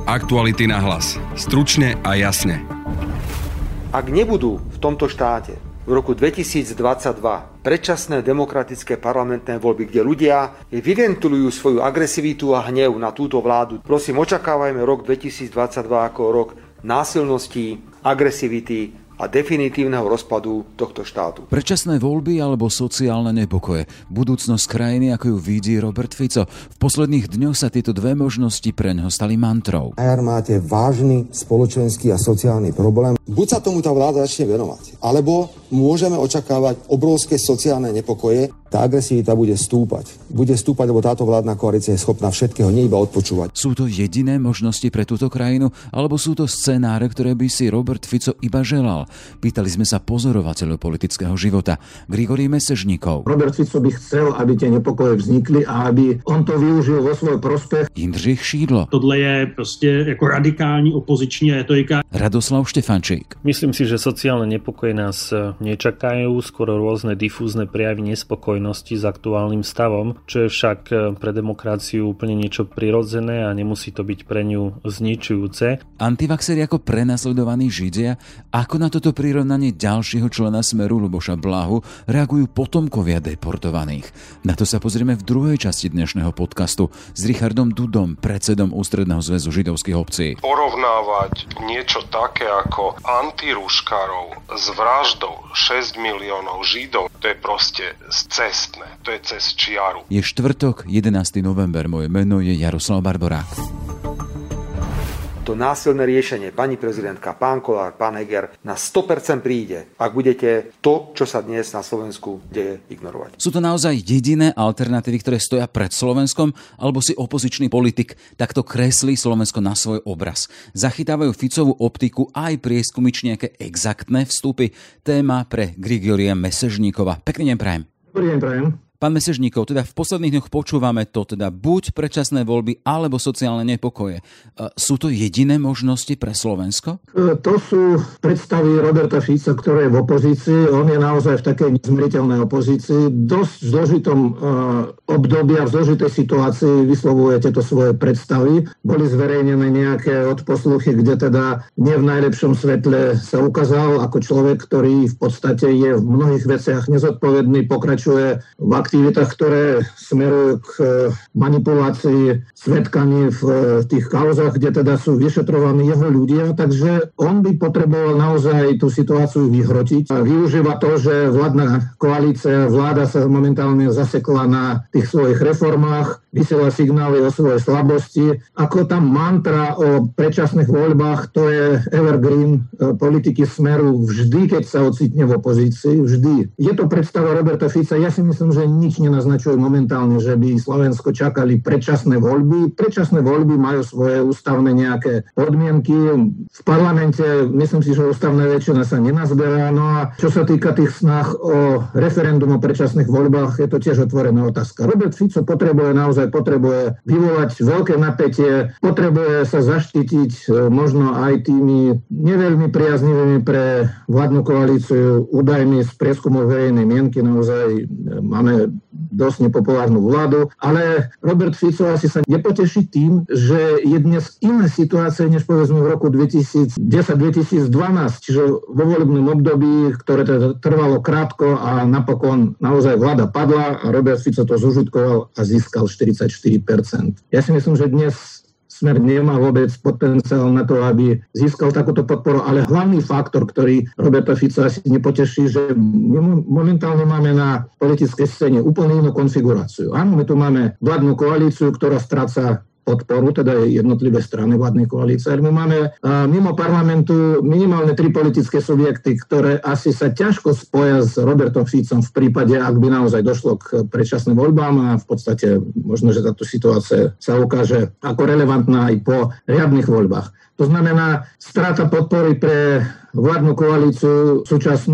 Aktuality na hlas. Stručne a jasne. Ak nebudú v tomto štáte v roku 2022 predčasné demokratické parlamentné voľby, kde ľudia vyventilujú svoju agresivitu a hnev na túto vládu, prosím, očakávajme rok 2022 ako rok násilností, agresivity a definitívneho rozpadu tohto štátu. Predčasné voľby alebo sociálne nepokoje. Budúcnosť krajiny, ako ju vidí Robert Fico. V posledných dňoch sa tieto dve možnosti preňho stali mantrou. Na jar máte vážny spoločenský a sociálny problém. Buď sa tomu tá vláda začne venovať, alebo môžeme očakávať obrovské sociálne nepokoje. Tá agresivita bude stúpať. Bude stúpať, lebo táto vládna koalícia je schopná všetkého, nie iba odpočúvať. Sú to jediné možnosti pre túto krajinu, alebo sú to scenáre, ktoré by si Robert Fico iba želal? Pýtali sme sa pozorovateľov politického života. Grigorij Mesežníkov. Robert Fico by chcel, aby tie nepokoje vznikli a aby on to využil vo svoj prospech. Jindřich Šídlo. Tohle je prostě jako radikální opoziční retorika. Radoslav Štefančík. Myslím si, že sociálne nepokoje nás nečakajú, skoro rôzne difúzne prejavy nespokojnosti s aktuálnym stavom, čo je však pre demokraciu úplne niečo prirodzené a nemusí to byť pre ňu zničujúce. Antivaxeri ako prenasledovaní Židia, ako na toto prirovnanie ďalšieho člena Smeru Ľuboša Blahu reagujú potomkovia deportovaných. Na to sa pozrieme v druhej časti dnešného podcastu s Richardom Dudom, predsedom Ústredného zväzu židovských obcí. Porovnávať niečo také ako antirúškarov s vraždou 6 miliónov Židov, to je proste scestné, to je cez čiaru. Je štvrtok, 11. november, moje meno je Jaroslav Barborák. To násilné riešenie, pani prezidentka, pán Kollár, pán Heger, na 100% príde, ak budete to, čo sa dnes na Slovensku deje, ignorovať. Sú to naozaj jediné alternatívy, ktoré stoja pred Slovenskom, alebo si opozičný politik takto kreslí Slovensko na svoj obraz? Zachytávajú Ficovú optiku aj prieskumič nejaké exaktné vstupy? Téma pre Grigorija Mesežníkova. Pekný deň prajem. Dobrý deň prajem. Pán Mesežníkov, teda v posledných dňoch počúvame to, teda buď predčasné voľby, alebo sociálne nepokoje. Sú to jediné možnosti pre Slovensko? To sú predstavy Roberta Fica, ktorý je v opozícii. On je naozaj v takej nezmieriteľnej opozícii. Dosť v zložitom období a v zložitej situácii vyslovuje tieto svoje predstavy. Boli zverejnené nejaké odposluchy, kde teda nie v najlepšom svetle sa ukázal ako človek, ktorý v podstate je v mnohých veciach nezodpovedný, pokračuje v aktivitách, ktoré smerujú k manipulácii svedkami v tých kauzách, kde teda sú vyšetrovaní jeho ľudia, takže on by potreboval naozaj tú situáciu vyhrotiť. Využíva to, že vládna koalícia, vláda sa momentálne zasekla na tých svojich reformách, vysiela signály o svojej slabosti. Ako tam mantra o predčasných voľbách, to je evergreen politiky Smeru vždy, keď sa ocitne v opozícii, vždy. Je to predstava Roberta Fica, ja si myslím, že nič nenaznačuje momentálne, že by Slovensko čakali predčasné voľby. Predčasné voľby majú svoje ústavné nejaké podmienky. V parlamente myslím si, že ústavná väčšina sa nenazberá. No a čo sa týka tých snah o referendum o predčasných voľbách, je to tiež otvorená otázka. Robert Fico potrebuje vyvolať veľké napätie, potrebuje sa zaštítiť možno aj tými neveľmi priaznivými pre vládnu koalíciu údajmi z prieskumov verejnej mienky. Naozaj máme dosť nepopulárnu vládu, ale Robert Fico asi sa nepoteší tým, že je dnes iná situácia, než povedzme v roku 2010-2012, čiže vo volebnom období, ktoré teda trvalo krátko a napokon naozaj vláda padla a Robert Fico to zužitkoval a získal 44%. Ja si myslím, že dnes Smer nemá vôbec potenciál na to, aby získal takúto podporu, ale hlavný faktor, ktorý Roberta Fica asi nepoteší, že my momentálne máme na politickej scéne úplne inú konfiguráciu. Áno, my tu máme vládnu koalíciu, ktorá stráca podporu, teda jednotlivé strany vládnej koalície. My máme mimo parlamentu minimálne 3 politické subjekty, ktoré asi sa ťažko spoja s Robertom Ficom v prípade, ak by naozaj došlo k predčasným voľbám a v podstate možno, že táto situácia sa ukáže ako relevantná aj po riadnych voľbách. To znamená, strata podpory pre vládnu koalíciu súčasnú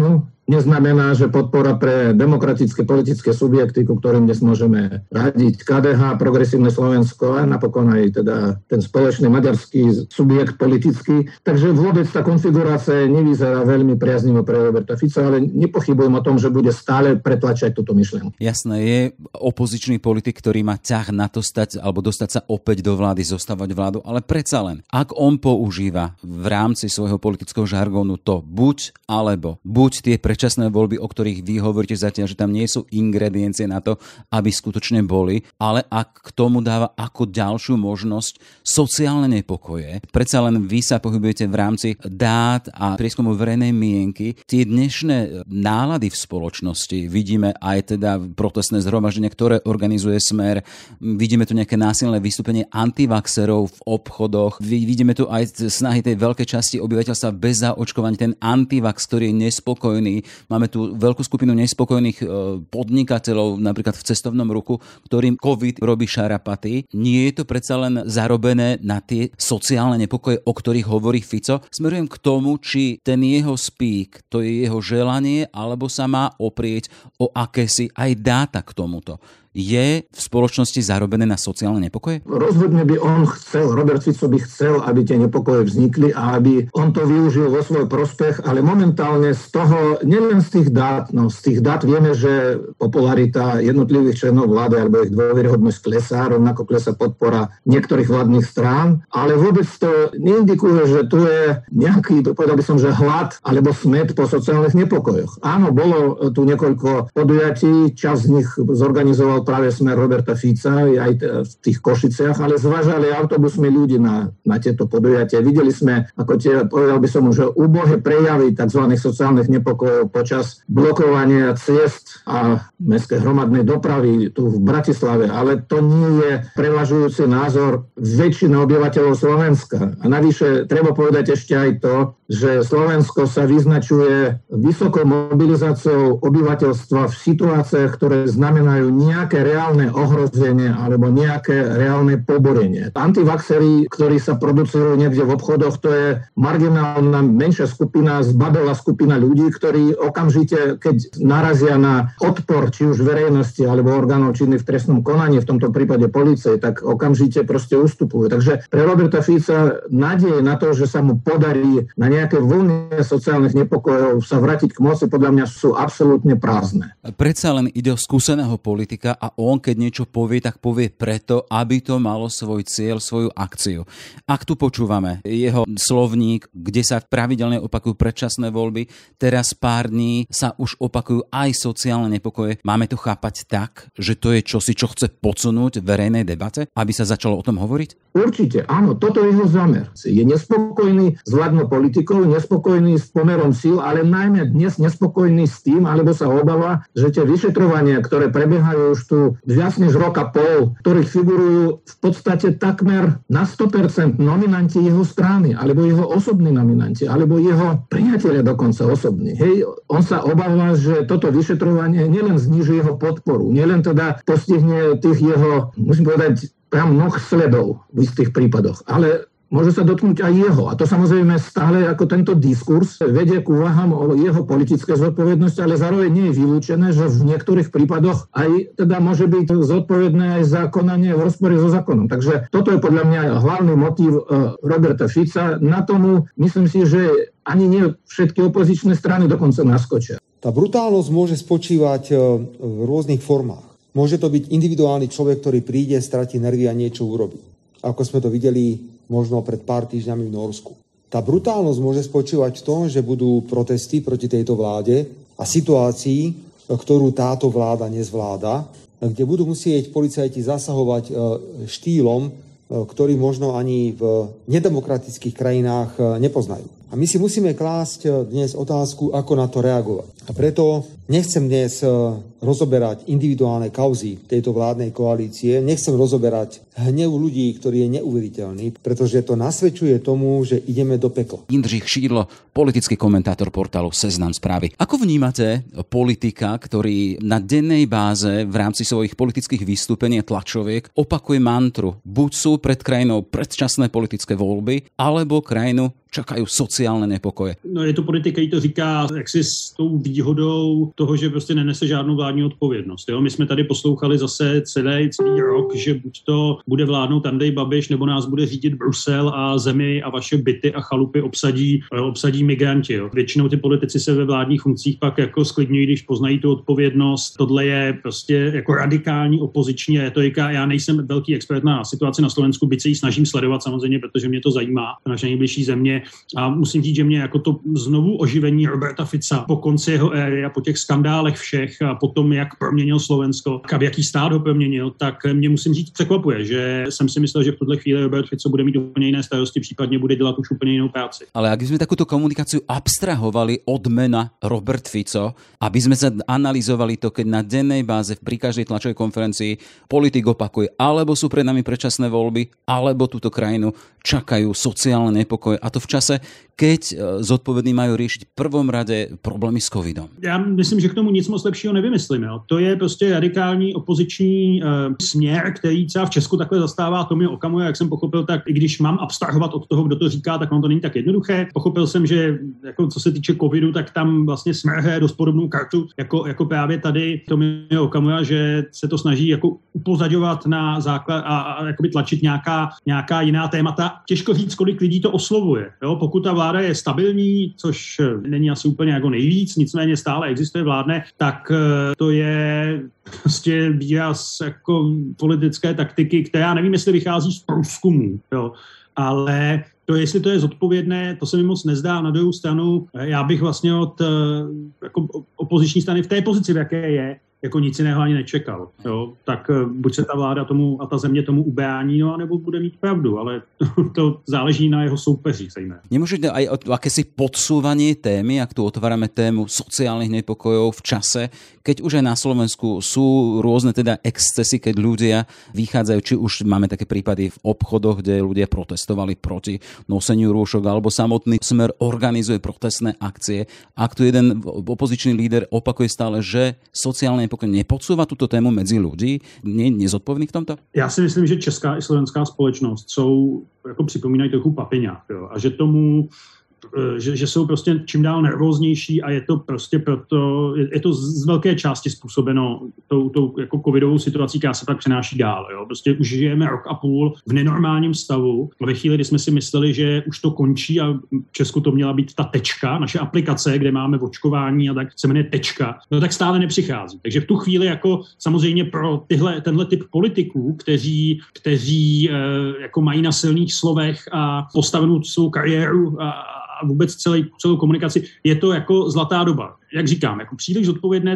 neznamená, že podpora pre demokratické politické subjekty, ku ktorým dnes môžeme radiť KDH, Progresívne Slovensko a napokon aj teda ten spoločný maďarský subjekt politický. Takže vôbec tá konfigurácia nevyzerá veľmi priaznivo pre Roberta Fica, ale nepochybujem o tom, že bude stále pretlačať túto myšlienku. Jasné, je opozičný politik, ktorý má ťah na to stať alebo dostať sa opäť do vlády, zostávať vládu, ale predsa len, ak on používa v rámci svojho politického žargónu to buď alebo, buď tie predčasné voľby, o ktorých vy hovoríte zatiaľ, že tam nie sú ingrediencie na to, aby skutočne boli, ale ak k tomu dáva ako ďalšiu možnosť sociálne nepokoje, predsa len vy sa pohybujete v rámci dát a prieskumu verejnej mienky, tie dnešné nálady v spoločnosti, vidíme aj teda protestné zhromaždenia, ktoré organizuje Smer, vidíme tu nejaké násilné vystúpenie antivaxerov v obchodoch, vidíme tu aj snahy tej veľkej časti obyvateľstva bez zaočkovania, ten antivax, ktorý je nespokojný. Máme tu veľkú skupinu nespokojných podnikateľov, napríklad v cestovnom ruchu, ktorým COVID robí šarapaty. Nie je to predsa len zarobené na tie sociálne nepokoje, o ktorých hovorí Fico? Smerujem k tomu, či ten jeho speak, to je jeho želanie, alebo sa má oprieť o akési aj dáta k tomuto. Je v spoločnosti zarobené na sociálne nepokoje? Rozhodne by on chcel, Robert Fico by chcel, aby tie nepokoje vznikli a aby on to využil vo svoj prospech, ale momentálne z toho, nielen z tých dát, z tých dát vieme, že popularita jednotlivých členov vlády alebo ich dôveryhodnosť klesá, rovnako klesá podpora niektorých vládnych strán, ale vôbec to neindikuje, že tu je nejaký, povedal by som, že hlad alebo smäd po sociálnych nepokojoch. Áno, bolo tu niekoľko podujatí, časť z nich zorganizoval práve Smer Roberta Fica aj v tých Košiciach, ale zvážali autobusmi ľudí na tieto podujatia. Videli sme, ako povedal by som, že úbohé prejavy tzv. Sociálnych nepokojov počas blokovania ciest a mestskej hromadnej dopravy tu v Bratislave, ale to nie je prevažujúci názor väčšiny obyvateľov Slovenska. A navyše treba povedať ešte aj to, že Slovensko sa vyznačuje vysokou mobilizáciou obyvateľstva v situáciách, ktoré znamenajú nejaké reálne ohrozenie alebo nejaké reálne poborenie. Antivaxeri, ktorí sa producujú niekde v obchodoch, to je marginálna menšia skupina, zbabelá skupina ľudí, ktorí okamžite, keď narazia na odpor či už verejnosti alebo orgánov činných v trestnom konaní, v tomto prípade polície, tak okamžite proste ustupujú. Takže pre Roberta Fica nádej na to, že sa mu podarí na nejaké vlny sociálnych nepokojov sa vrátiť k moci, podľa mňa sú absolútne prázdne. Predsa len ide o skúseného politika a on, keď niečo povie, tak povie preto, aby to malo svoj cieľ, svoju akciu. Ak tu počúvame jeho slovník, kde sa pravidelne opakujú predčasné voľby, teraz pár dní sa už opakujú aj sociálne nepokoje. Máme to chápať tak, že to je čosi, čo chce podsunúť verejnej debate, aby sa začalo o tom hovoriť? Určite, áno, toto je jeho zámer. Je nespokojný s vládnou politikou, nespokojný s pomerom síl, ale najmä dnes nespokojný s tým, alebo sa obáva, že tie vyšetrovania, ktoré prebiehajú už tu viac než rok a pol, ktorých figurujú v podstate takmer na 100% nominanti jeho strany, alebo jeho osobní nominanti, alebo jeho priatelia dokonca osobní. Hej, on sa obáva, že toto vyšetrovanie nielen zniží jeho podporu, nielen teda postihne tých jeho, musím povedať, priam mnoh sledov v istých prípadoch, ale môže sa dotknúť aj jeho. A to samozrejme stále ako tento diskurs vedie k úvahám o jeho politické zodpovednosti, ale zároveň nie je vylúčené, že v niektorých prípadoch aj teda môže byť zodpovedné aj za konanie v rozpore so zákonom. Takže toto je podľa mňa hlavný motív Roberta Fica. Na tomu myslím si, že ani nie všetky opozičné strany dokonca naskočia. Tá brutálnosť môže spočívať v rôznych formách. Môže to byť individuálny človek, ktorý príde, stratí nervy a niečo urobí. Ako sme to videli možno pred pár týždňami v Norsku. Tá brutálnosť môže spočívať v tom, že budú protesty proti tejto vláde a situácii, ktorú táto vláda nezvláda, kde budú musieť policajti zasahovať štýlom, ktorý možno ani v nedemokratických krajinách nepoznajú. A my si musíme klásť dnes otázku, ako na to reagovať. A preto nechcem dnes rozoberať individuálne kauzy tejto vládnej koalície, nechcem rozoberať hnev ľudí, ktorý je neuveriteľný, pretože to nasvedčuje tomu, že ideme do pekla. Jindřich Šídlo, politický komentátor portálu Seznam Správy. Ako vnímate politika, ktorý na dennej báze v rámci svojich politických vystúpení a tlačoviek opakuje mantru: buď sú pred krajinou predčasné politické voľby, alebo krajinu čakajú sociálne nepokoje? No je to politik, který to říká jaksi s tou výhodou toho, že prostě nenese žádnou vládní odpovědnost. Jo? My jsme tady poslouchali zase celý rok, že buď to bude vládnout Andrej Babiš, nebo nás bude řídit Brusel a zemi a vaše byty a chalupy obsadí migranti. Jo? Většinou ty politici se ve vládních funkcích pak jako sklidňují, když poznají tu odpovědnost. Tohle je prostě jako radikální opoziční retorika. Já nejsem velký expert na situaci na Slovensku, byť se ji snažím sledovat samozřejmě, protože mě to zajímá, naše nejbližší země. A musím říct, že mě jako to znovu oživení Roberta Fica po konci jeho éry a po těch skandálech všech a potom, jak proměnil Slovensko a v jaký stát ho proměnil, tak mě musím říct překvapuje, že jsem si myslel, že v tuhle chvíli Robert Fico bude mít úplně jiné starosti, případně bude dělat už úplně jinou práci. Ale ak by sme takúto komunikáciu abstrahovali od mena Robert Fico, aby sme sa analyzovali to, keď na dennej báze pri každej tlačovej konferencii politik opakuje, alebo sú pred nami predčasné voľby, alebo túto krajinu čakajú sociálne nepokoje, a to v čase, keď zodpovední majú riešiť v prvom rade problémy s covidom. Já myslím, že k tomu nic moc lepšího nevymyslím. Jo. To je prostě radikální opoziční směr, který třeba v Česku takhle zastává Tomio Okamura, jak jsem pochopil, tak i když mám abstrahovat od toho, kdo to říká, tak on to není tak jednoduché. Pochopil jsem, že jako co se týče covidu, tak tam vlastně Smer hraje dost podobnou kartu, jako právě tady Tomio Okamura, že se to snaží jako upozaďovat na základ a jakoby tlačit nějaká jiná témata. Těžko říct, kolik lidí to oslovuje. Jo. Pokud ta vláda je stabilní, což není asi úplně jako nejvíc, nicméně stále existuje, vládne, tak to je prostě výraz jako politické taktiky, která nevím, jestli vychází z průzkumů, jo. Ale to, jestli to je zodpovědné, to se mi moc nezdá. Na druhou stranu, já bych vlastně od jako opoziční strany v té pozici, v jaké je, jako nic jiného ani nečekal. Jo? Tak buď se ta vláda tomu a ta země tomu ubrání, no, nebo bude mít pravdu, ale to záleží na jeho soupeřích zejména. Nemôžete aj o akési podsúvanie témy, ak tu otvárame tému sociálnych nepokojov v čase, keď už aj na Slovensku sú rôzne teda excesy, keď ľudia vychádzajú, či už máme také prípady v obchodoch, kde ľudia protestovali proti noseniu rúšok, alebo samotný Smer organizuje protestné akcie. Ak tu jeden opozičný líder opakuje stále, že sociálne nepokoj nepodsúva túto tému medzi ľudí, nie je nezodpovedný v tomto? Já si myslím, že česká i slovenská společnost jsou, jako připomínají trochu papiňák, jo, a že tomu že jsou prostě čím dál nervóznější a je to prostě proto, je to z velké části způsobeno tou jako covidovou situací, která se pak přenáší dál. Jo. Prostě už žijeme rok a půl v nenormálním stavu. Ve chvíli, kdy jsme si mysleli, že už to končí a v Česku to měla být ta Tečka, naše aplikace, kde máme očkování a tak se jmenuje Tečka, no tak stále nepřichází. Takže v tu chvíli jako samozřejmě pro tenhle typ politiků, kteří jako mají na silných slovech a postavenou svou kariéru a vůbec celou komunikaci, je to jako zlatá doba. Jak říkám, jako příliš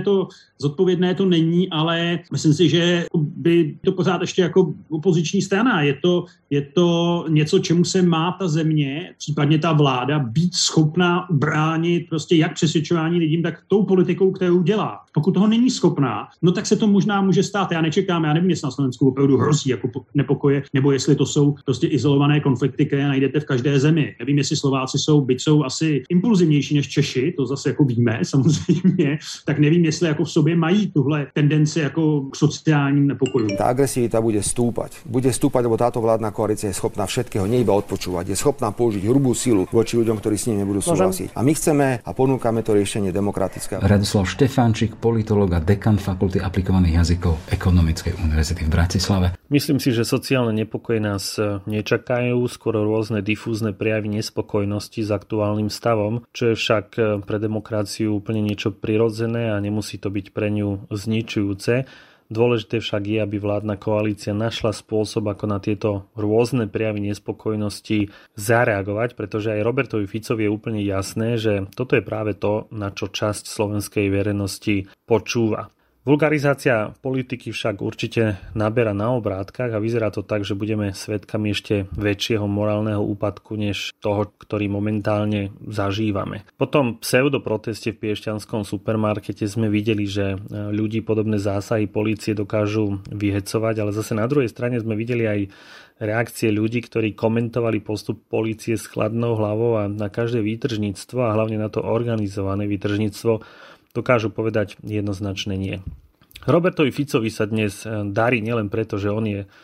zodpovědné to není, ale myslím si, že by to pořád ještě jako opoziční strana. Je to něco, čemu se má ta země, případně ta vláda, být schopná ubránit prostě jak přesvědčování lidím, tak tou politikou, kterou dělá. Pokud toho není schopná, no tak se to možná může stát. Já nevím, jestli na Slovensku opravdu hrozí jako nepokoje, nebo jestli to jsou prostě izolované konflikty, které najdete v každé zemi. Nevím, jestli Slováci jsou asi impulzivnější než Češi, to zase jako víme, samozřejmě, tak nevím, jestli jako v sobě mají tuhle tendenci jako k sociálním nepokojům. Tá agresivita bude stúpať. Bude stúpať, lebo táto vládna koalícia je schopná všetkého, nie iba odpočúvať. Je schopná použiť hrubú silu voči ľuďom, ktorí s ním nebudú súhlasiť. A my chceme a ponúkame to riešenie demokratické. Radoslav Štefánčik, politológ a dekan Fakulty aplikovaných jazykov Ekonomickej univerzity v Bratislave. Myslím si, že sociálne nepokoje nás nečakajú, skôr rôzne difúzne prejavy nespokojnosti s aktuálnym stavom, čo je však pre demokraciu úplne niečo prirodzené a nemusí to byť pre ňu zničujúce. Dôležité však je, aby vládna koalícia našla spôsob, ako na tieto rôzne prejavy nespokojnosti zareagovať, pretože aj Robertovi Ficovi je úplne jasné, že toto je práve to, na čo časť slovenskej verejnosti počúva. Vulgarizácia politiky však určite naberá na obrátkach a vyzerá to tak, že budeme svedkami ešte väčšieho morálneho úpadku než toho, ktorý momentálne zažívame. Po tom pseudoproteste v piešťanskom supermarkete sme videli, že ľudí podobné zásahy polície dokážu vyhecovať, ale zase na druhej strane sme videli aj reakcie ľudí, ktorí komentovali postup polície s chladnou hlavou a na každé výtržníctvo a hlavne na to organizované výtržníctvo dokážu povedať jednoznačne nie. Robertovi Ficovi sa dnes darí nielen preto, že on je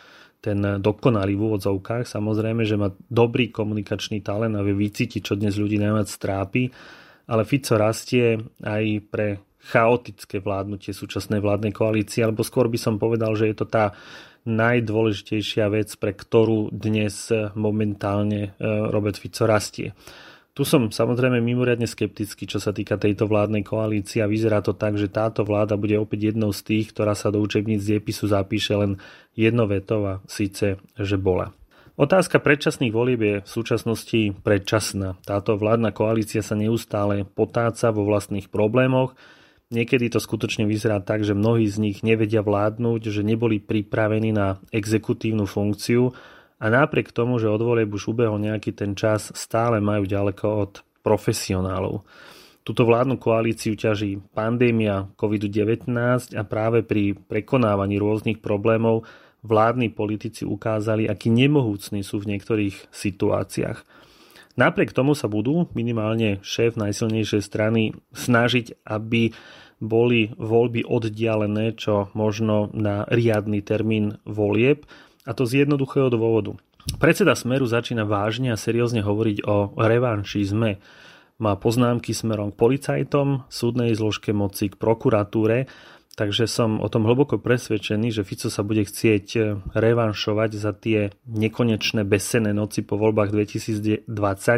ten dokonalý v úvodzovkách. Samozrejme, že má dobrý komunikačný talent a vie vycítiť, čo dnes ľudí najviac trápi, ale Fico rastie aj pre chaotické vládnutie súčasnej vládnej koalície, alebo skôr by som povedal, že je to tá najdôležitejšia vec, pre ktorú dnes momentálne Robert Fico rastie. Tu som samozrejme mimoriadne skeptický, čo sa týka tejto vládnej koalície a vyzerá to tak, že táto vláda bude opäť jednou z tých, ktorá sa do učebníc diepisu zapíše len jednovetov a síce, že bola. Otázka predčasných volieb je v súčasnosti predčasná. Táto vládna koalícia sa neustále potáca vo vlastných problémoch. Niekedy to skutočne vyzerá tak, že mnohí z nich nevedia vládnuť, že neboli pripravení na exekutívnu funkciu a napriek tomu, že od volieb už ubehol nejaký ten čas, stále majú ďaleko od profesionálov. Túto vládnu koalíciu ťaží pandémia COVID-19 a práve pri prekonávaní rôznych problémov vládni politici ukázali, akí nemohúcni sú v niektorých situáciách. Napriek tomu sa budú minimálne šéf najsilnejšej strany snažiť, aby boli voľby oddialené čo možno na riadny termín volieb, a to z jednoduchého dôvodu. Predseda Smeru začína vážne a seriózne hovoriť o revanšizme. Má poznámky smerom k policajtom, súdnej zložke moci, k prokuratúre, takže som o tom hlboko presvedčený, že Fico sa bude chcieť revanšovať za tie nekonečné bezsenné noci po voľbách 2020,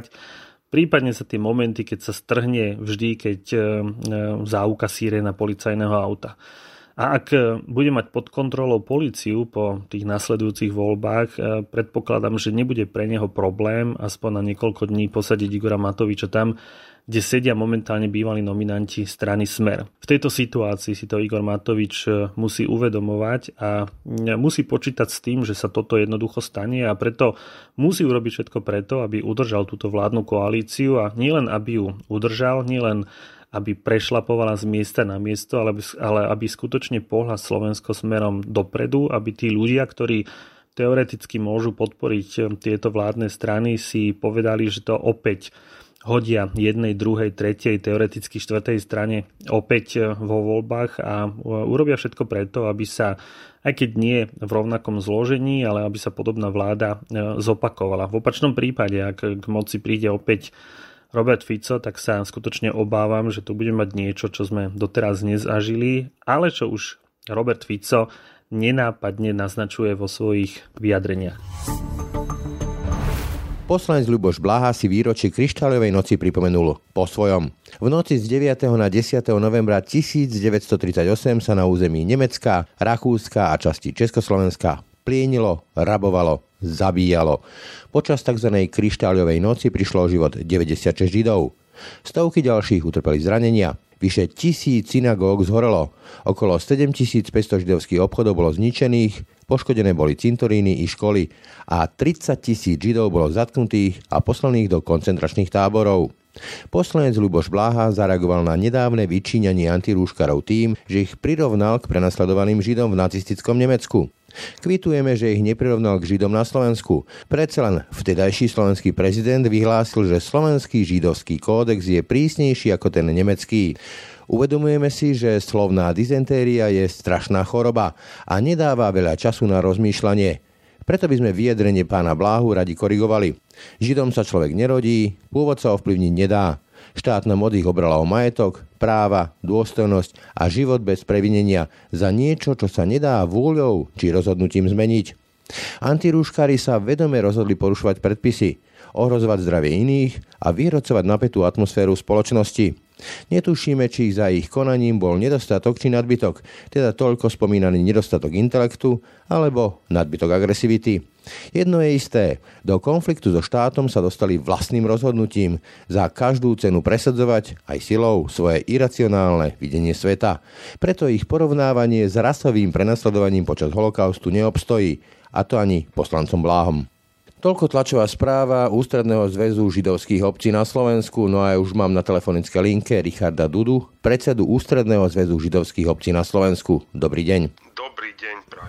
prípadne za tie momenty, keď sa strhne vždy, keď záuka sirena policajného auta. A ak bude mať pod kontrolou políciu po tých nasledujúcich voľbách, predpokladám, že nebude pre neho problém aspoň na niekoľko dní posadiť Igora Matoviča tam, kde sedia momentálne bývalí nominanti strany Smer. V tejto situácii si to Igor Matovič musí uvedomovať a musí počítať s tým, že sa toto jednoducho stane a preto musí urobiť všetko preto, aby udržal túto vládnu koalíciu a nielen aby ju udržal, nielen aby prešlapovala z miesta na miesto, ale aby skutočne pohla Slovensko smerom dopredu, aby tí ľudia, ktorí teoreticky môžu podporiť tieto vládne strany, si povedali, že to opäť hodia jednej, druhej, tretej, teoreticky štvrtej strane opäť vo voľbách a urobia všetko preto, aby sa, aj keď nie v rovnakom zložení, ale aby sa podobná vláda zopakovala. V opačnom prípade, ak k moci príde opäť Robert Fico, tak sa skutočne obávam, že tu bude mať niečo, čo sme doteraz nezažili, ale čo už Robert Fico nenápadne naznačuje vo svojich vyjadreniach. Poslanec Ľuboš Blaha si výročie Kryštáľovej noci pripomenul po svojom. V noci z 9. na 10. novembra 1938 sa na území Nemecka, Rakúska a časti Československa plienilo, rabovalo, zabíjalo. Počas tzv. Kryštáľovej noci prišlo o život 96 Židov. Stovky ďalších utrpeli zranenia. Vyše 1000 synagóg zhorelo. Okolo 7500 židovských obchodov bolo zničených, poškodené boli cintoríny i školy a 30 000 Židov bolo zatknutých a poslaných do koncentračných táborov. Poslanec Ľuboš Blaha zareagoval na nedávne vyčíňanie antirúškarov tým, že ich prirovnal k prenasledovaným Židom v nacistickom Nemecku. Kvitujeme, že ich neprirovnal k Židom na Slovensku. Predsa len vtedajší slovenský prezident vyhlásil, že slovenský židovský kódex je prísnejší ako ten nemecký. Uvedomujeme si, že slovná dysentéria je strašná choroba a nedáva veľa času na rozmýšľanie. Preto by sme vyjadrenie pána Bláhu radi korigovali. Židom sa človek nerodí, pôvod sa ovplyvniť nedá. Štátna moc ich obrala o majetok, práva, dôstojnosť a život bez previnenia za niečo, čo sa nedá vôľou či rozhodnutím zmeniť. Antirúškári sa vedome rozhodli porušovať predpisy, ohrozovať zdravie iných a vyhrocovať napätú atmosféru spoločnosti. Netušíme, či za ich konaním bol nedostatok či nadbytok, teda toľko spomínaný nedostatok intelektu alebo nadbytok agresivity. Jedno je isté, do konfliktu so štátom sa dostali vlastným rozhodnutím za každú cenu presadzovať aj silou svoje iracionálne videnie sveta. Preto ich porovnávanie s rasovým prenasledovaním počas holokaustu neobstojí, a to ani poslancom Bláhom. Toľko tlačová správa Ústredného zväzu židovských obcí na Slovensku, no a už mám na telefonické linke Richarda Dudu, predsedu Ústredného zväzu židovských obcí na Slovensku. Dobrý deň. Dobrý deň, prajem.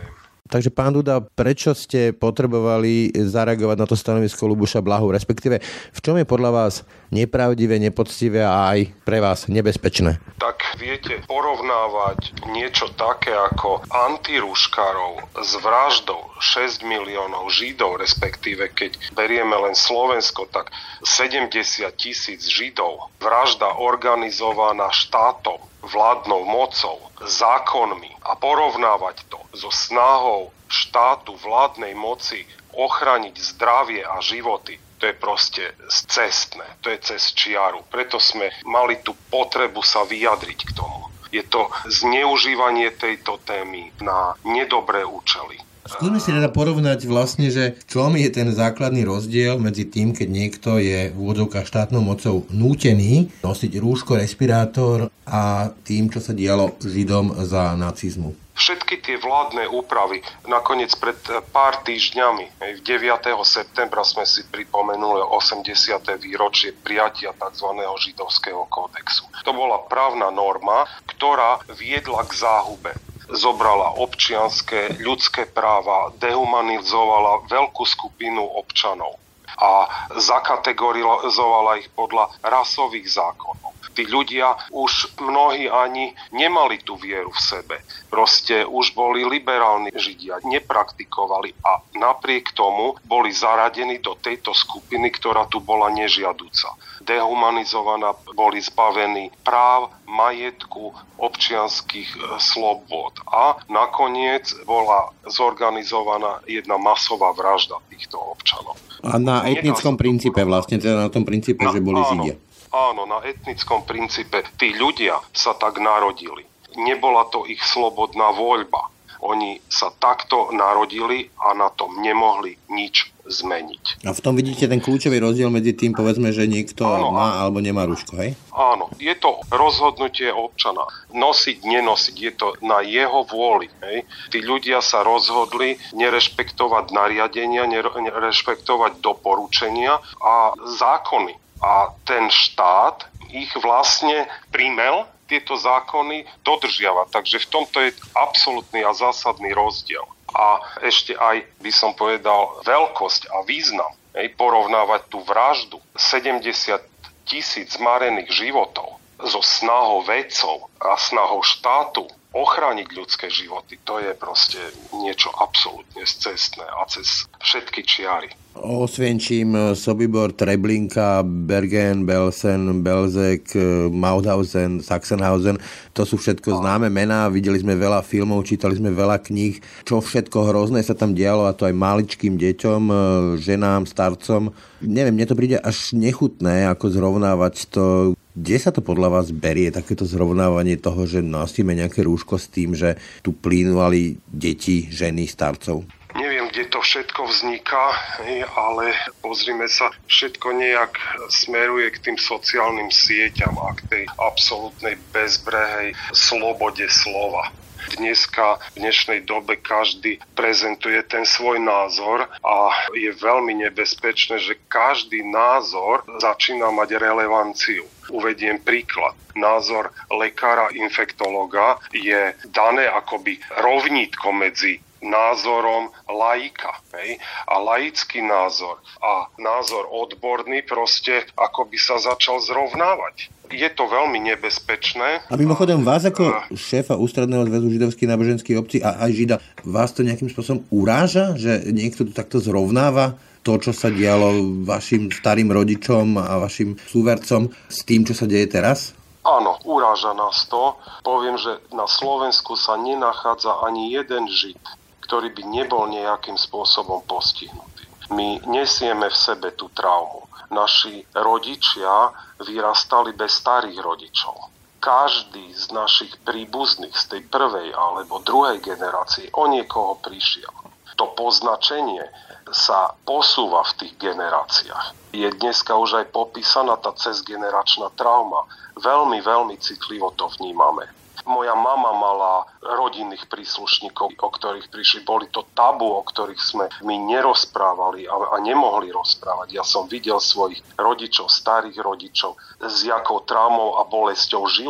Takže pán Duda, prečo ste potrebovali zareagovať na to stanovisko Ľuboša Blahu? Respektíve, v čom je podľa vás nepravdivé, nepoctivé a aj pre vás nebezpečné? Tak viete, porovnávať niečo také ako antiruškárov s vraždou 6 miliónov Židov, respektíve keď berieme len Slovensko, tak 70 000 Židov, vražda organizovaná štátom, vládnou mocou, zákonmi a porovnávať to so snahou štátu vládnej moci ochrániť zdravie a životy, to je proste scestné, to je cez čiaru. Preto sme mali tú potrebu sa vyjadriť k tomu. Je to zneužívanie tejto témy na nedobré účely. Skúsme si teda porovnať vlastne, že v čom je ten základný rozdiel medzi tým, keď niekto je v úvodzovkách štátnou mocou nútený nosiť rúško, respirátor a tým, čo sa dialo Židom za nacizmu. Všetky tie vládne úpravy, nakoniec pred pár týždňami, 9. septembra sme si pripomenuli 80. výročie prijatia tzv. Židovského kódexu. To bola právna norma, ktorá viedla k záhube. Zobrala občianske, ľudské práva, dehumanizovala veľkú skupinu občanov a zakategorizovala ich podľa rasových zákonov. Tí ľudia už mnohí ani nemali tú vieru v sebe. Proste už boli liberálni Židia, nepraktikovali a napriek tomu boli zaradení do tejto skupiny, ktorá tu bola nežiaduca. Dehumanizovaná, boli zbavení práv, majetku, občianskych slobôd a nakoniec bola zorganizovaná jedna masová vražda týchto občanov. A na etnickom princípe vlastne, teda na tom princípe, že boli Židia. Áno, na etnickom princípe. Tí ľudia sa tak narodili. Nebola to ich slobodná voľba. Oni sa takto narodili a na tom nemohli nič zmeniť. A v tom vidíte ten kľúčový rozdiel medzi tým, povedzme, že niekto má alebo nemá rúško, hej? Áno, je to rozhodnutie občana. Nosiť, nenosiť, je to na jeho vôli. Hej? Tí ľudia sa rozhodli nerešpektovať nariadenia, nerešpektovať doporučenia a zákony. A ten štát ich vlastne primel tieto zákony dodržiavať. Takže v tomto je absolútny a zásadný rozdiel. A ešte aj, by som povedal, veľkosť a význam. Porovnávať tú vraždu 70 000 zmarených životov so snahou vedcov a snahou štátu ochrániť ľudské životy. To je proste niečo absolútne scestné a cez všetky čiary. Osvienčím, Sobibor, Treblinka, Bergen, Belsen, Belzec, Mauthausen, Sachsenhausen. To sú všetko známe mená. Videli sme veľa filmov, čítali sme veľa kníh. Čo všetko hrozné sa tam dialo, a to aj maličkým deťom, ženám, starcom. Neviem, mne to príde až nechutné, ako zrovnávať to. Kde sa to podľa vás berie, takéto zrovnávanie toho, že nosíme nejaké rúško s tým, že tu plynuli deti, ženy, starcov? Neviem, kde to všetko vzniká, ale pozrime sa, všetko nejak smeruje k tým sociálnym sieťam a k tej absolútnej bezbrehej slobode slova. Dneska, v dnešnej dobe každý prezentuje ten svoj názor a je veľmi nebezpečné, že každý názor začína mať relevanciu. Uvediem príklad. Názor lekára infektológa je dané akoby rovnítko medzi názorom laika. A laický názor a názor odborný proste akoby sa začal zrovnávať. Je to veľmi nebezpečné. A mimochodom vás ako šéfa Ústredného zväzu židovských náboženských obcí a aj Žida, vás to nejakým spôsobom uráža, že niekto tu takto zrovnáva to, čo sa dialo vašim starým rodičom a vašim súvercom s tým, čo sa deje teraz? Áno, uráža nás to. Poviem, že na Slovensku sa nenachádza ani jeden Žid, ktorý by nebol nejakým spôsobom postihnutý. My nesieme v sebe tú traumu. Naši rodičia vyrastali bez starých rodičov. Každý z našich príbuzných z tej prvej alebo druhej generácie o niekoho prišiel. To poznačenie sa posúva v tých generáciách. Je dneska už aj popísaná tá cezgeneračná trauma. Veľmi, veľmi citlivo to vnímame. Moja mama mala rodinných príslušníkov, o ktorých prišli. Boli to tabu, o ktorých sme my nerozprávali a nemohli rozprávať. Ja som videl svojich rodičov, starých rodičov, s jakou traumou a bolesťou žili.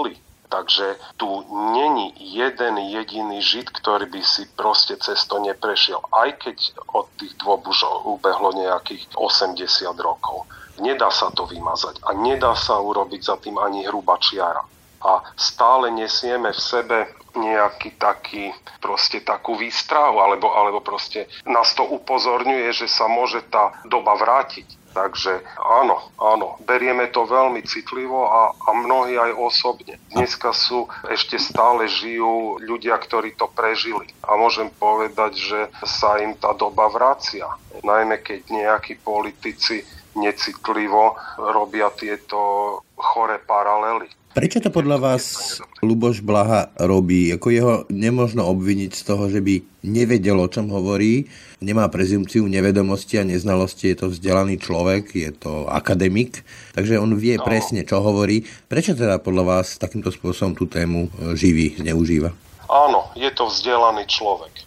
Takže tu není jeden jediný Žid, ktorý by si proste cez to neprešiel, aj keď od tých dvoch už ubehlo nejakých 80 rokov. Nedá sa to vymazať a nedá sa urobiť za tým ani hrubá čiara. A stále nesieme v sebe nejaký taký, proste takú výstrahu, alebo proste nás to upozorňuje, že sa môže tá doba vrátiť. Takže áno, berieme to veľmi citlivo a mnohí aj osobne. Dneska ešte stále žijú ľudia, ktorí to prežili. A môžem povedať, že sa im tá doba vracia. Najmä keď nejakí politici necitlivo robia tieto choré paralely. Prečo to podľa vás Ľuboš Blaha robí? Ako jeho nemožno obviniť z toho, že by nevedel, o čom hovorí, nemá prezumpciu nevedomosti a neznalosti, je to vzdelaný človek, je to akademik, takže on vie presne, čo hovorí. Prečo teda podľa vás takýmto spôsobom tú tému živí, zneužíva? Áno, je to vzdelaný človek.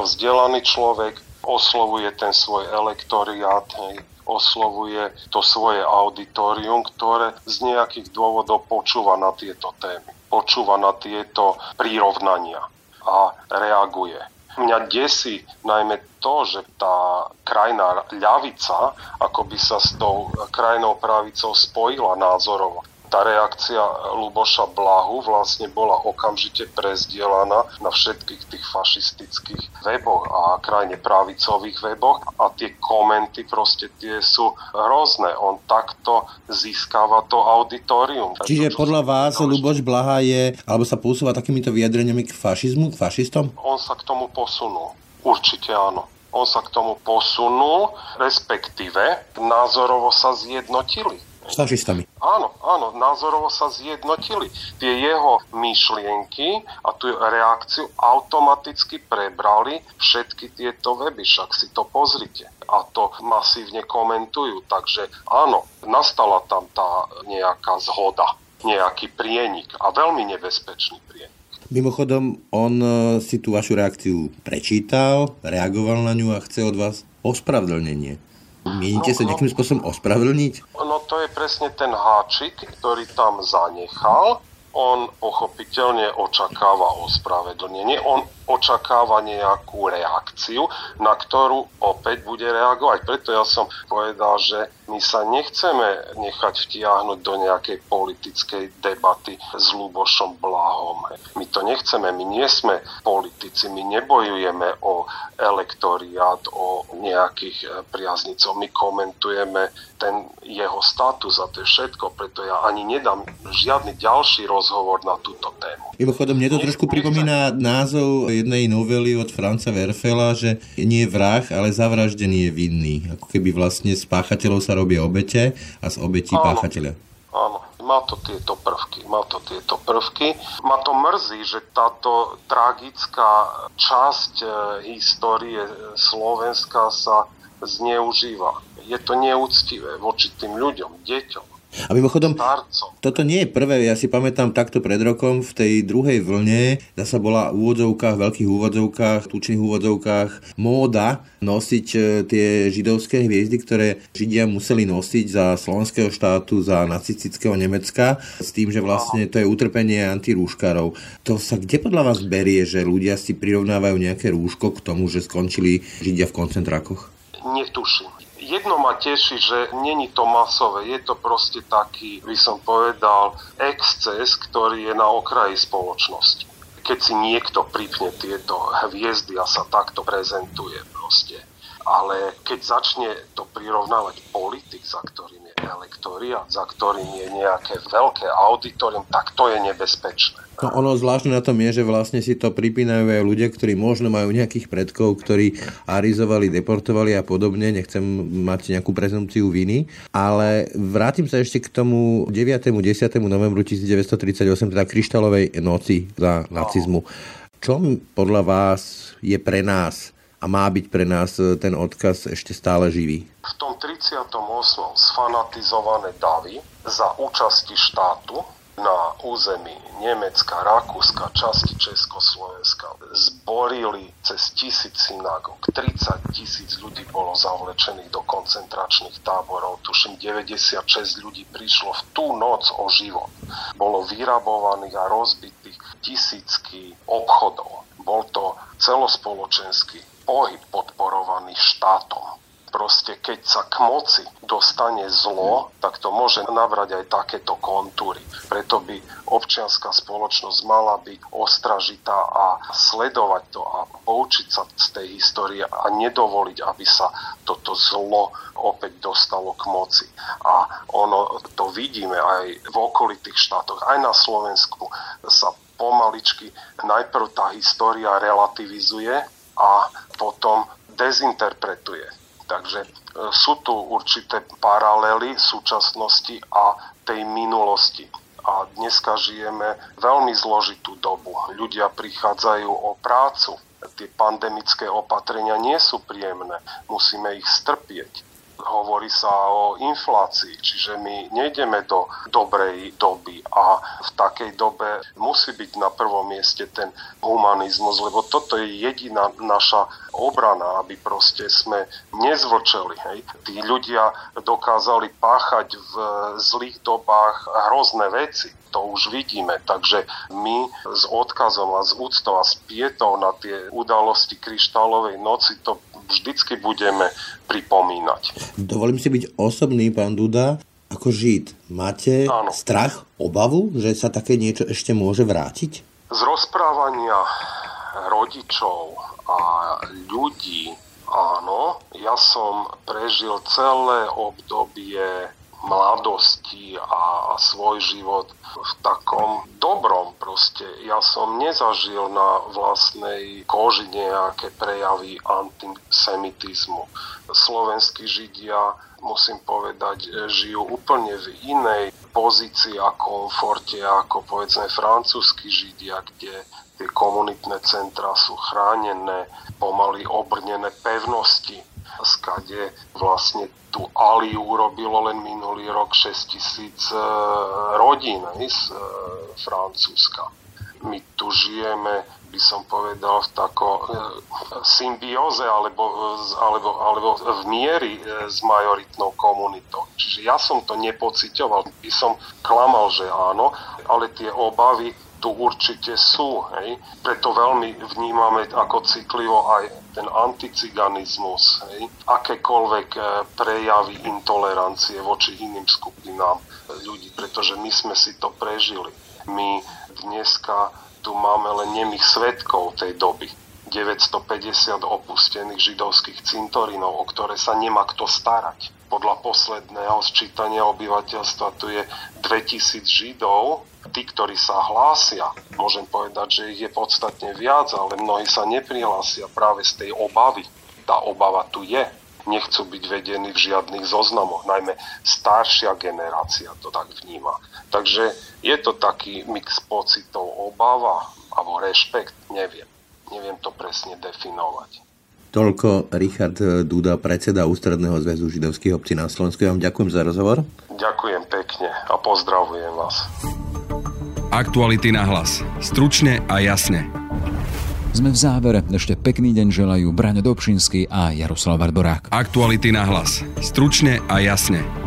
Oslovuje ten svoj elektoriát, oslovuje to svoje auditorium, ktoré z nejakých dôvodov počúva na tieto témy, počúva na tieto prirovnania a reaguje. Mňa desí najmä to, že tá krajná ľavica ako by sa s tou krajnou pravicou spojila názorovo. Tá reakcia Ľuboša Blahu vlastne bola okamžite prezdielaná na všetkých tých fašistických weboch a krajne pravicových weboch a tie komenty proste tie sú hrozné. On takto získava to auditorium. Čiže podľa vás Ľuboš Blaha alebo sa posúva takýmito vyjadreniami k fašizmu, k fašistom? On sa k tomu posunul. Určite áno. On sa k tomu posunul, respektíve názorovo sa zjednotili. S fašistami. Áno, názorovo sa zjednotili. Tie jeho myšlienky a tú reakciu automaticky prebrali všetky tieto weby, však si to pozrite. A to masívne komentujú. Takže áno, nastala tam tá nejaká zhoda, nejaký prienik a veľmi nebezpečný prienik. Mimochodom, on si tú vašu reakciu prečítal, reagoval na ňu a chce od vás ospravedlnenie. Mienite sa nejakým spôsobom ospravedlniť? No to je presne ten háčik, ktorý tam zanechal. On pochopiteľne očakáva ospravedlnenie. On očakáva nejakú reakciu, na ktorú opäť bude reagovať. Preto ja som povedal, že my sa nechceme nechať vtiahnuť do nejakej politickej debaty s Ľubošom Blahom. My to nechceme, my nie sme politici, my nebojujeme o elektoriát, o nejakých priaznicov. My komentujeme ten jeho status a to je všetko, preto ja ani nedám žiadny ďalší rozhovor na túto tému. Mimochodom, mne to trošku pripomína názov jednej novely od Franza Werfela, že nie je vrah, ale zavraždený je vinný. Ako keby vlastne z páchateľov sa robia obete a z obetí páchateľa. Áno, má to tieto prvky. Ma to mrzí, že táto tragická časť histórie Slovenska sa zneužíva. Je to neúctivé voči tým ľuďom, deťom. A mimochodom, toto nie je prvé, ja si pamätám takto pred rokom v tej druhej vlne, zasa bola v úvodzovkách, veľkých úvodzovkách, tučných úvodzovkách móda nosiť tie židovské hviezdy, ktoré Židia museli nosiť za slovenského štátu, za nacistického Nemecka, s tým, že vlastne to je utrpenie antirúškarov. To sa kde podľa vás berie, že ľudia si prirovnávajú nejaké rúško k tomu, že skončili Židia v koncentrákoch? Netuším. Jedno ma teší, že není to masové, je to proste taký, by som povedal, exces, ktorý je na okraji spoločnosti. Keď si niekto pripne tieto hviezdy a sa takto prezentuje proste. Ale keď začne to prirovnávať politik, za ktorým je elektoriát, za ktorým je nejaké veľké auditorium, tak to je nebezpečné. No ono zvláštne na tom je, že vlastne si to pripínajú aj ľudia, ktorí možno majú nejakých predkov, ktorí arizovali, deportovali a podobne. Nechcem mať nejakú prezumpciu viny, ale vrátim sa ešte k tomu 9. 10. novembru 1938, teda Kryštálovej noci za nacizmu. Čo podľa vás je pre nás a má byť pre nás ten odkaz ešte stále živý? V tom 38. sfanatizované davy za účasti štátu na území Nemecka, Rakúska, časti Československa zborili cez 1000 synagóg. 30 000 ľudí bolo zavlečených do koncentračných táborov. Tuším, 96 ľudí prišlo v tú noc o život. Bolo vyrabovaných a rozbitých tisícky obchodov. Bol to celospoločenský pohyb podporovaný štátom. Proste keď sa k moci dostane zlo, tak to môže nabrať aj takéto kontúry. Preto by občianska spoločnosť mala byť ostražitá a sledovať to a poučiť sa z tej histórie a nedovoliť, aby sa toto zlo opäť dostalo k moci. A ono to vidíme aj v okolitých štátoch, aj na Slovensku sa pomaličky najprv tá história relativizuje a potom dezinterpretuje. Takže sú tu určité paralely súčasnosti a tej minulosti. A dneska žijeme veľmi zložitú dobu. Ľudia prichádzajú o prácu. Tie pandemické opatrenia nie sú príjemné. Musíme ich strpieť. Hovorí sa o inflácii, čiže my nejdeme do dobrej doby a v takej dobe musí byť na prvom mieste ten humanizmus, lebo toto je jediná naša obrana, aby proste sme nezvlčeli. Hej. Tí ľudia dokázali páchať v zlých dobách hrozné veci. To už vidíme, takže my s odkazom a s úctou a s pietou na tie udalosti kryštálovej noci to vždycky budeme pripomínať. Dovolím si byť osobný, pán Duda. Ako Žid, máte strach, obavu, že sa také niečo ešte môže vrátiť? Z rozprávania rodičov a ľudí, áno, ja som prežil celé obdobie mladosti a svoj život v takom dobrom proste. Ja som nezažil na vlastnej koži nejaké prejavy antisemitizmu. Slovenskí Židia, musím povedať, žijú úplne v inej pozícii a komforte ako povedzme francúzski Židia, kde tie komunitné centrá sú chránené, pomaly obrnené pevnosti, skade vlastne tú Aliu urobilo len minulý rok 6 000 rodín z Francúzska. My tu žijeme, by som povedal, v takom symbióze alebo v miery s majoritnou komunitou. Čiže ja som to nepociťoval, by som klamal, že áno, ale tie obavy tu určite sú. Hej. Preto veľmi vnímame ako citlivo aj ten anticiganizmus, hej. Akékoľvek prejavy intolerancie voči iným skupinám ľudí, pretože my sme si to prežili. My dneska tu máme len nemých svedkov tej doby. 950 opustených židovských cintorínov, o ktoré sa nemá kto starať. Podľa posledného sčítania obyvateľstva tu je 2000 Židov. Tí, ktorí sa hlásia, môžem povedať, že ich je podstatne viac, ale mnohí sa neprihlásia práve z tej obavy. Tá obava tu je. Nechcú byť vedení v žiadnych zoznamoch, najmä staršia generácia to tak vníma. Takže je to taký mix pocitov, obava alebo rešpekt, neviem. Neviem to presne definovať. Toľko Richard Duda, predseda Ústredného zväzu židovských obcí na Slovensku. Ja vám ďakujem za rozhovor. Ďakujem pekne a pozdravujem vás. Aktuality na hlas. Stručne a jasne. Sme v závere. Ešte pekný deň želajú Braňo Dobšinský a Jaroslav Barborák. Aktuality na hlas. Stručne a jasne.